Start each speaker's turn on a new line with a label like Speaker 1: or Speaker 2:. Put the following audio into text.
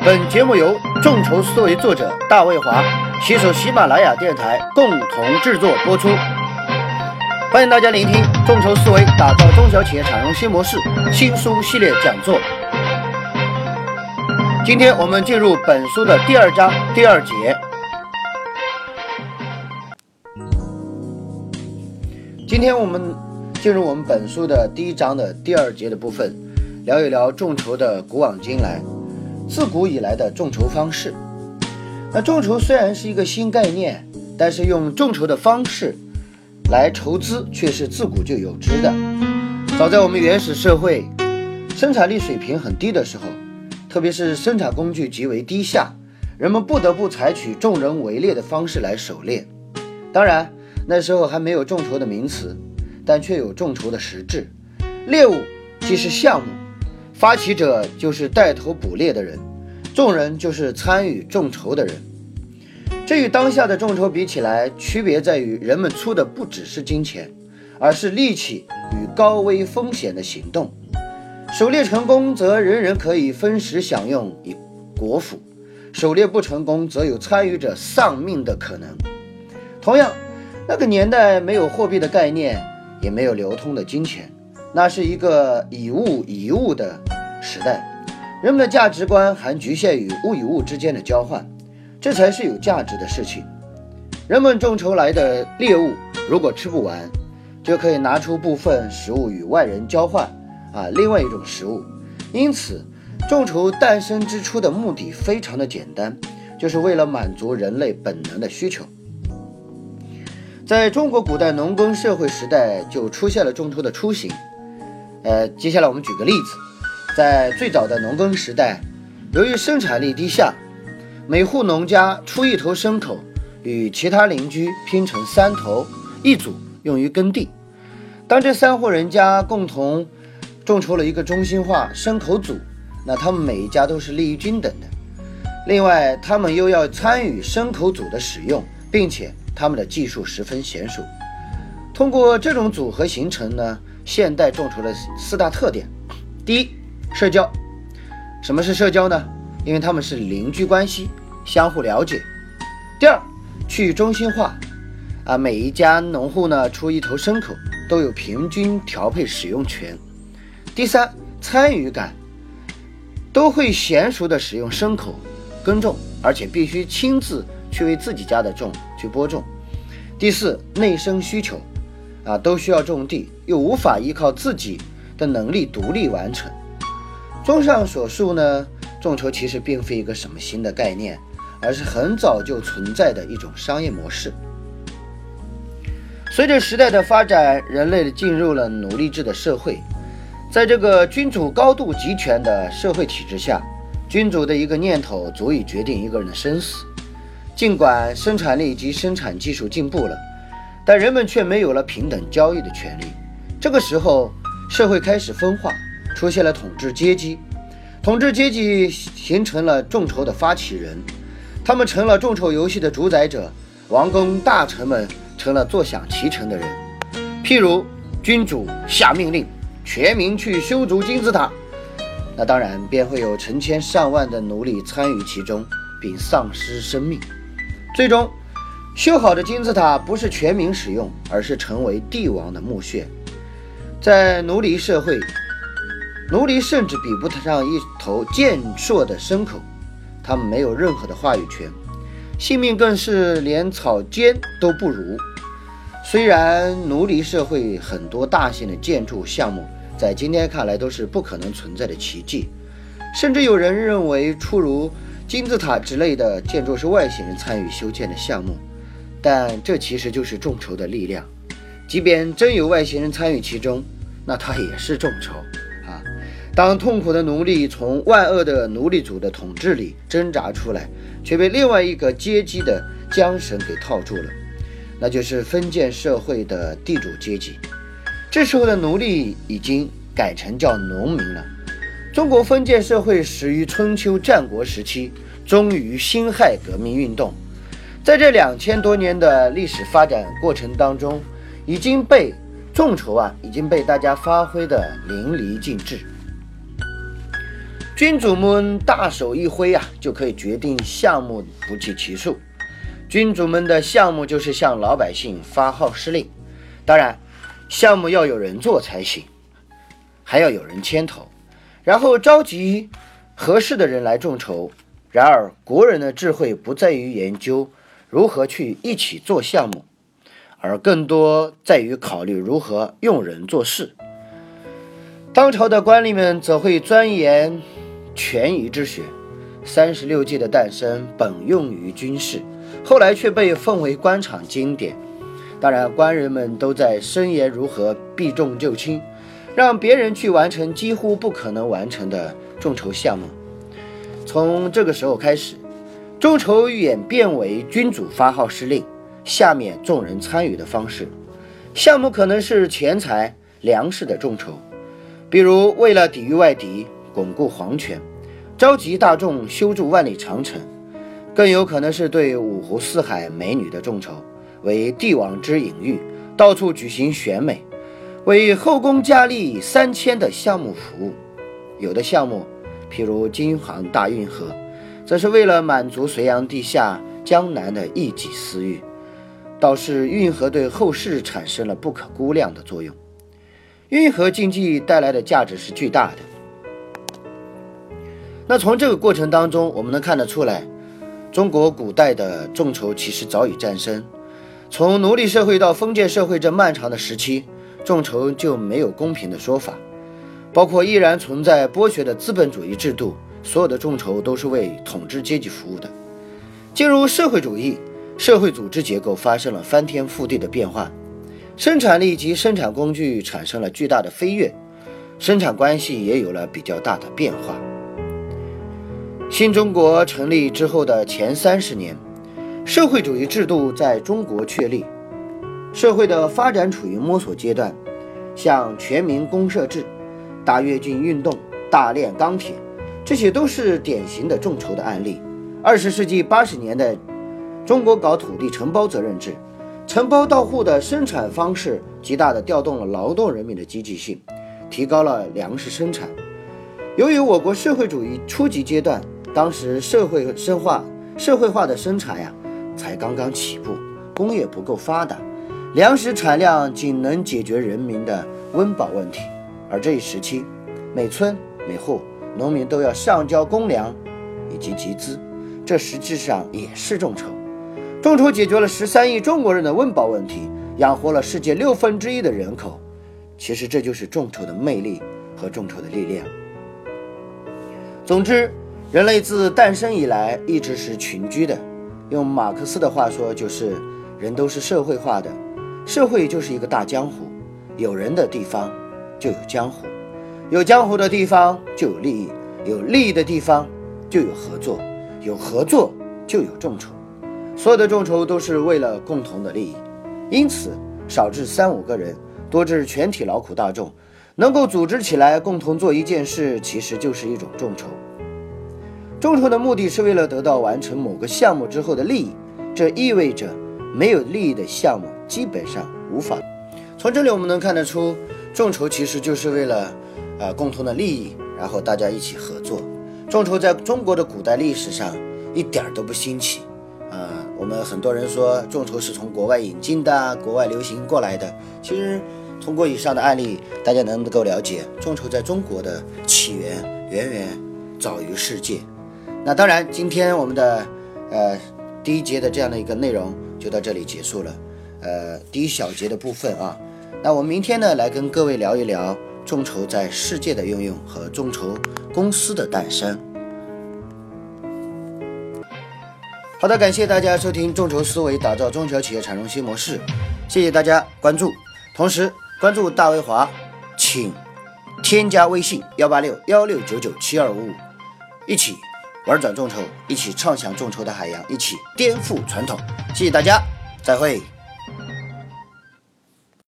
Speaker 1: 本节目由众筹思维作者大卫华携手喜马拉雅电台共同制作播出。欢迎大家聆听众筹思维打造中小企业产用新模式新书系列讲座。今天我们进入本书的第2章第2节。今天我们进入我们本书的第1章的第2节的部分，聊一聊众筹的古往今来，自古以来的众筹方式。那众筹虽然是一个新概念，但是用众筹的方式来筹资却是自古就有之的。早在我们原始社会生产力水平很低的时候，特别是生产工具极为低下，人们不得不采取众人围猎的方式来狩猎。当然那时候还没有众筹的名词，但却有众筹的实质。猎物即是项目，发起者就是带头捕猎的人，众人就是参与众筹的人。这与当下的众筹比起来，区别在于人们出的不只是金钱，而是力气与高危风险的行动。狩猎成功则人人可以分食享用以果腹，狩猎不成功则有参与者丧命的可能。同样，那个年代没有货币的概念，也没有流通的金钱，那是一个以物易物的时代，人们的价值观还局限于物与物之间的交换，这才是有价值的事情。人们众筹来的猎物如果吃不完，就可以拿出部分食物与外人交换另外一种食物。因此众筹诞生之初的目的非常的简单，就是为了满足人类本能的需求。在中国古代农耕社会时代就出现了众筹的雏形。接下来我们举个例子，在最早的农耕时代，由于生产力低下，每户农家出1头牲口，与其他邻居拼成3头一组，用于耕地。当这3户人家共同众筹了一个中心化牲口组，那他们每一家都是利益均等的。另外他们又要参与牲口组的使用，并且他们的技术十分娴熟。通过这种组合形成呢，现代众筹的4大特点。第一，社交。什么是社交呢？因为他们是邻居关系，相互了解。第二，去中心化每一家农户呢出1头牲口，都有平均调配使用权。第三，参与感，都会娴熟的使用牲口耕种，而且必须亲自去为自己家的种去播种。第四，内生需求都需要种地，又无法依靠自己的能力独立完成。综上所述呢，众筹其实并非一个什么新的概念，而是很早就存在的一种商业模式。随着时代的发展，人类进入了奴隶制的社会。在这个君主高度集权的社会体制下，君主的一个念头足以决定一个人的生死。尽管生产力及生产技术进步了，但人们却没有了平等交易的权利。这个时候社会开始分化，出现了统治阶级。统治阶级形成了众筹的发起人，他们成了众筹游戏的主宰者，王公大臣们成了坐享其成的人。譬如君主下命令全民去修筑金字塔，那当然便会有成千上万的奴隶参与其中，并丧失生命。最终修好的金字塔不是全民使用，而是成为帝王的墓穴。在奴隶社会，奴隶甚至比不上1头健硕的牲口，他们没有任何的话语权，性命更是连草菅都不如。虽然奴隶社会很多大型的建筑项目在今天看来都是不可能存在的奇迹，甚至有人认为诸如金字塔之类的建筑是外星人参与修建的项目，但这其实就是众筹的力量。即便真有外星人参与其中，那它也是众筹当痛苦的奴隶从万恶的奴隶主的统治里挣扎出来，却被另外一个阶级的缰绳给套住了，那就是封建社会的地主阶级。这时候的奴隶已经改成叫农民了。中国封建社会始于春秋战国时期，终于辛亥革命运动。在这2000多年的历史发展过程当中，众筹已经被大家发挥的淋漓尽致。 君主们大手一挥就可以决定项目不计其数。君主们的项目就是向老百姓发号施令，当然项目要有人做才行，还要有人牵头，然后召集合适的人来众筹。然而国人的智慧不在于研究如何去一起做项目，而更多在于考虑如何用人做事。当朝的官吏们则会钻研权宜之学，36计的诞生本用于军事，后来却被奉为官场经典。当然官人们都在深研如何避重就轻，让别人去完成几乎不可能完成的众筹项目。从这个时候开始，众筹演变为君主发号施令，下面众人参与的方式。项目可能是钱财、粮食的众筹，比如为了抵御外敌、巩固皇权，召集大众修筑万里长城；更有可能是对五湖四海美女的众筹，为帝王之隐喻，到处举行选美，为后宫佳丽3000的项目服务。有的项目譬如京杭大运河，则是为了满足隋炀帝下江南的一己私欲，倒是运河对后世产生了不可估量的作用。运河经济带来的价值是巨大的。那从这个过程当中，我们能看得出来，中国古代的众筹其实早已诞生。从奴隶社会到封建社会这漫长的时期，众筹就没有公平的说法，包括依然存在剥削的资本主义制度，所有的众筹都是为统治阶级服务的。进入社会主义，社会组织结构发生了翻天覆地的变化，生产力及生产工具产生了巨大的飞跃，生产关系也有了比较大的变化。新中国成立之后的前30年，社会主义制度在中国确立，社会的发展处于摸索阶段，像全民公社制、大跃进运动、大炼钢铁，这些都是典型的众筹的案例。20世纪80年代，中国搞土地承包责任制，承包到户的生产方式极大地调动了劳动人民的积极性，提高了粮食生产。由于我国社会主义初级阶段，当时社会化的生产才刚刚起步，工业不够发达，粮食产量仅能解决人民的温饱问题。而这一时期，每村每户农民都要上交公粮以及集资，这实际上也是众筹。众筹解决了13亿中国人的温饱问题，养活了世界1/6的人口。其实这就是众筹的魅力和众筹的力量。总之，人类自诞生以来一直是群居的，用马克思的话说，就是人都是社会化的，社会就是一个大江湖，有人的地方就有江湖，有江湖的地方就有利益，有利益的地方就有合作，有合作就有众筹，所有的众筹都是为了共同的利益。因此少至3-5个人，多至全体劳苦大众，能够组织起来共同做一件事，其实就是一种众筹。众筹的目的是为了得到完成某个项目之后的利益，这意味着没有利益的项目基本上无法。从这里我们能看得出，众筹其实就是为了共同的利益，然后大家一起合作。众筹在中国的古代历史上一点都不新奇。我们很多人说众筹是从国外引进的，国外流行过来的。其实通过以上的案例，大家能够了解众筹在中国的起源远远早于世界。那当然，今天我们的第一节的这样的一个内容就到这里结束了。第一小节的部分那我们明天呢来跟各位聊一聊众筹在世界的应用和众筹公司的诞生。好的，感谢大家收听众筹思维，打造中小企业产生新模式。谢谢大家关注，同时关注大卫华，请添加微信18616997255，一起玩转众筹，一起畅享众筹的海洋，一起颠覆传统。谢谢大家，再会。